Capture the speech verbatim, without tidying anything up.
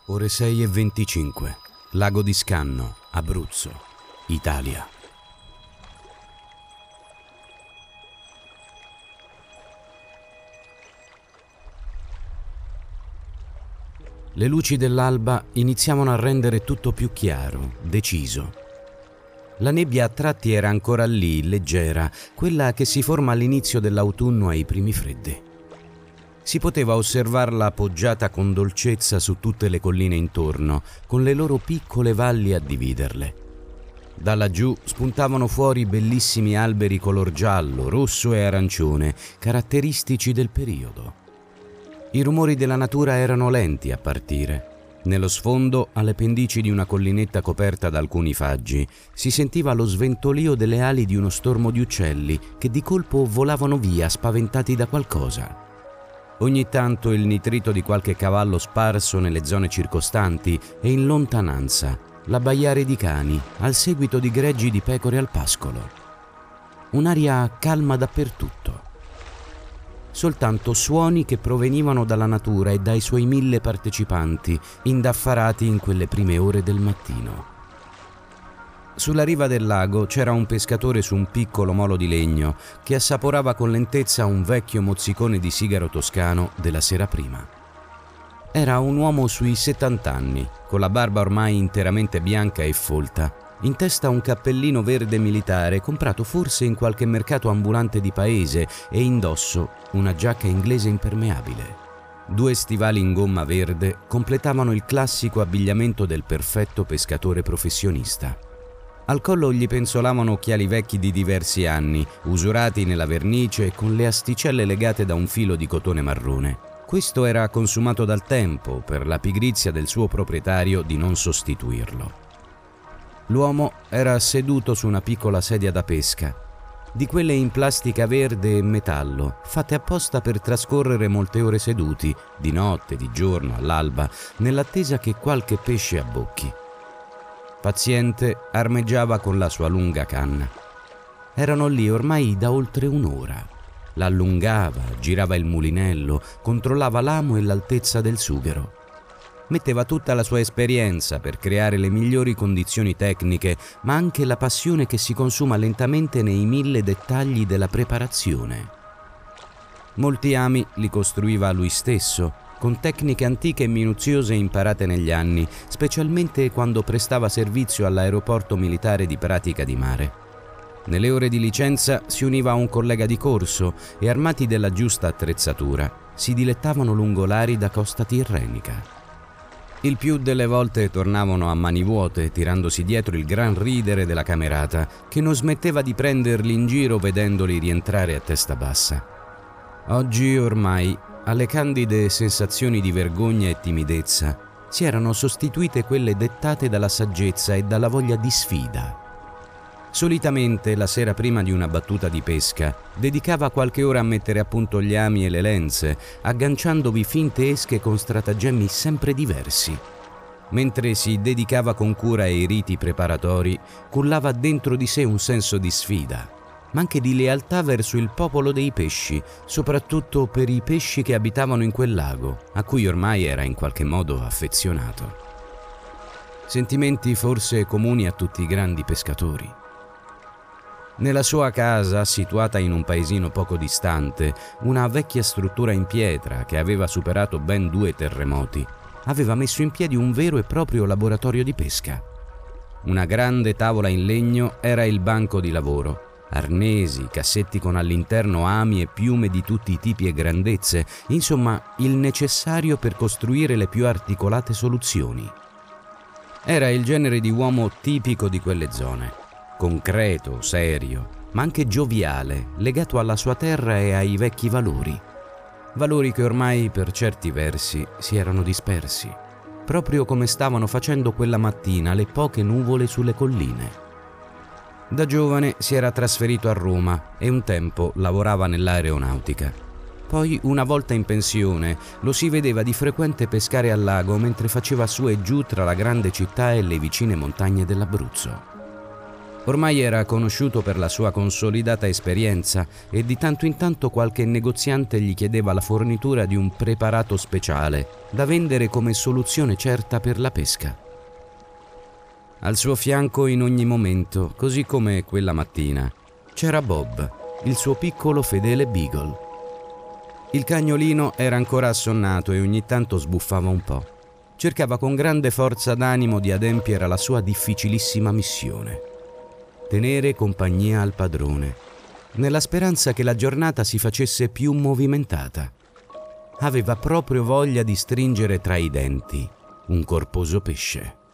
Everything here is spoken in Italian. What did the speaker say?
Ore sei e venticinque. Lago di Scanno, Abruzzo, Italia. Le luci dell'alba iniziavano a rendere tutto più chiaro, deciso. La nebbia a tratti era ancora lì, leggera, quella che si forma all'inizio dell'autunno ai primi freddi. Si poteva osservarla poggiata con dolcezza su tutte le colline intorno, con le loro piccole valli a dividerle. Da laggiù spuntavano fuori bellissimi alberi color giallo, rosso e arancione, caratteristici del periodo. I rumori della natura erano lenti a partire. Nello sfondo, alle pendici di una collinetta coperta da alcuni faggi, si sentiva lo sventolio delle ali di uno stormo di uccelli che di colpo volavano via spaventati da qualcosa. Ogni tanto il nitrito di qualche cavallo sparso nelle zone circostanti e in lontananza l'abbaiare di cani al seguito di greggi di pecore al pascolo. Un'aria calma dappertutto. Soltanto suoni che provenivano dalla natura e dai suoi mille partecipanti, indaffarati in quelle prime ore del mattino. Sulla riva del lago c'era un pescatore su un piccolo molo di legno che assaporava con lentezza un vecchio mozzicone di sigaro toscano della sera prima. Era un uomo sui settant'anni, con la barba ormai interamente bianca e folta, in testa un cappellino verde militare comprato forse in qualche mercato ambulante di paese e indosso una giacca inglese impermeabile. Due stivali in gomma verde completavano il classico abbigliamento del perfetto pescatore professionista. Al collo gli penzolavano occhiali vecchi di diversi anni, usurati nella vernice e con le asticelle legate da un filo di cotone marrone. Questo era consumato dal tempo per la pigrizia del suo proprietario di non sostituirlo. L'uomo era seduto su una piccola sedia da pesca, di quelle in plastica verde e metallo, fatte apposta per trascorrere molte ore seduti, di notte, di giorno, all'alba, nell'attesa che qualche pesce abbocchi. Paziente, armeggiava con la sua lunga canna. Erano lì ormai da oltre un'ora. La allungava, girava il mulinello, controllava l'amo e l'altezza del sughero. Metteva tutta la sua esperienza per creare le migliori condizioni tecniche, ma anche la passione che si consuma lentamente nei mille dettagli della preparazione. Molti ami li costruiva lui stesso, con tecniche antiche e minuziose imparate negli anni, specialmente quando prestava servizio all'aeroporto militare di Pratica di Mare. Nelle ore di licenza si univa a un collega di corso e, armati della giusta attrezzatura, si dilettavano lungo l'arida costa tirrenica. Il più delle volte tornavano a mani vuote, tirandosi dietro il gran ridere della camerata, che non smetteva di prenderli in giro vedendoli rientrare a testa bassa. Oggi ormai alle candide sensazioni di vergogna e timidezza si erano sostituite quelle dettate dalla saggezza e dalla voglia di sfida. Solitamente, la sera prima di una battuta di pesca, dedicava qualche ora a mettere a punto gli ami e le lenze, agganciandovi finte esche con stratagemmi sempre diversi. Mentre si dedicava con cura ai riti preparatori, cullava dentro di sé un senso di sfida, ma anche di lealtà verso il popolo dei pesci, soprattutto per i pesci che abitavano in quel lago, a cui ormai era in qualche modo affezionato. Sentimenti forse comuni a tutti i grandi pescatori. Nella sua casa, situata in un paesino poco distante, una vecchia struttura in pietra che aveva superato ben due terremoti, aveva messo in piedi un vero e proprio laboratorio di pesca. Una grande tavola in legno era il banco di lavoro. Arnesi, cassetti con all'interno ami e piume di tutti i tipi e grandezze, insomma il necessario per costruire le più articolate soluzioni. Era il genere di uomo tipico di quelle zone, concreto, serio, ma anche gioviale, legato alla sua terra e ai vecchi valori. Valori che ormai per certi versi si erano dispersi, proprio come stavano facendo quella mattina le poche nuvole sulle colline. Da giovane si era trasferito a Roma e un tempo lavorava nell'aeronautica. Poi, una volta in pensione, lo si vedeva di frequente pescare al lago mentre faceva su e giù tra la grande città e le vicine montagne dell'Abruzzo. Ormai era conosciuto per la sua consolidata esperienza e di tanto in tanto qualche negoziante gli chiedeva la fornitura di un preparato speciale da vendere come soluzione certa per la pesca. Al suo fianco in ogni momento, così come quella mattina, c'era Bob, il suo piccolo fedele Beagle. Il cagnolino era ancora assonnato e ogni tanto sbuffava un po'. Cercava con grande forza d'animo di adempiere alla sua difficilissima missione: tenere compagnia al padrone, nella speranza che la giornata si facesse più movimentata. Aveva proprio voglia di stringere tra i denti un corposo pesce.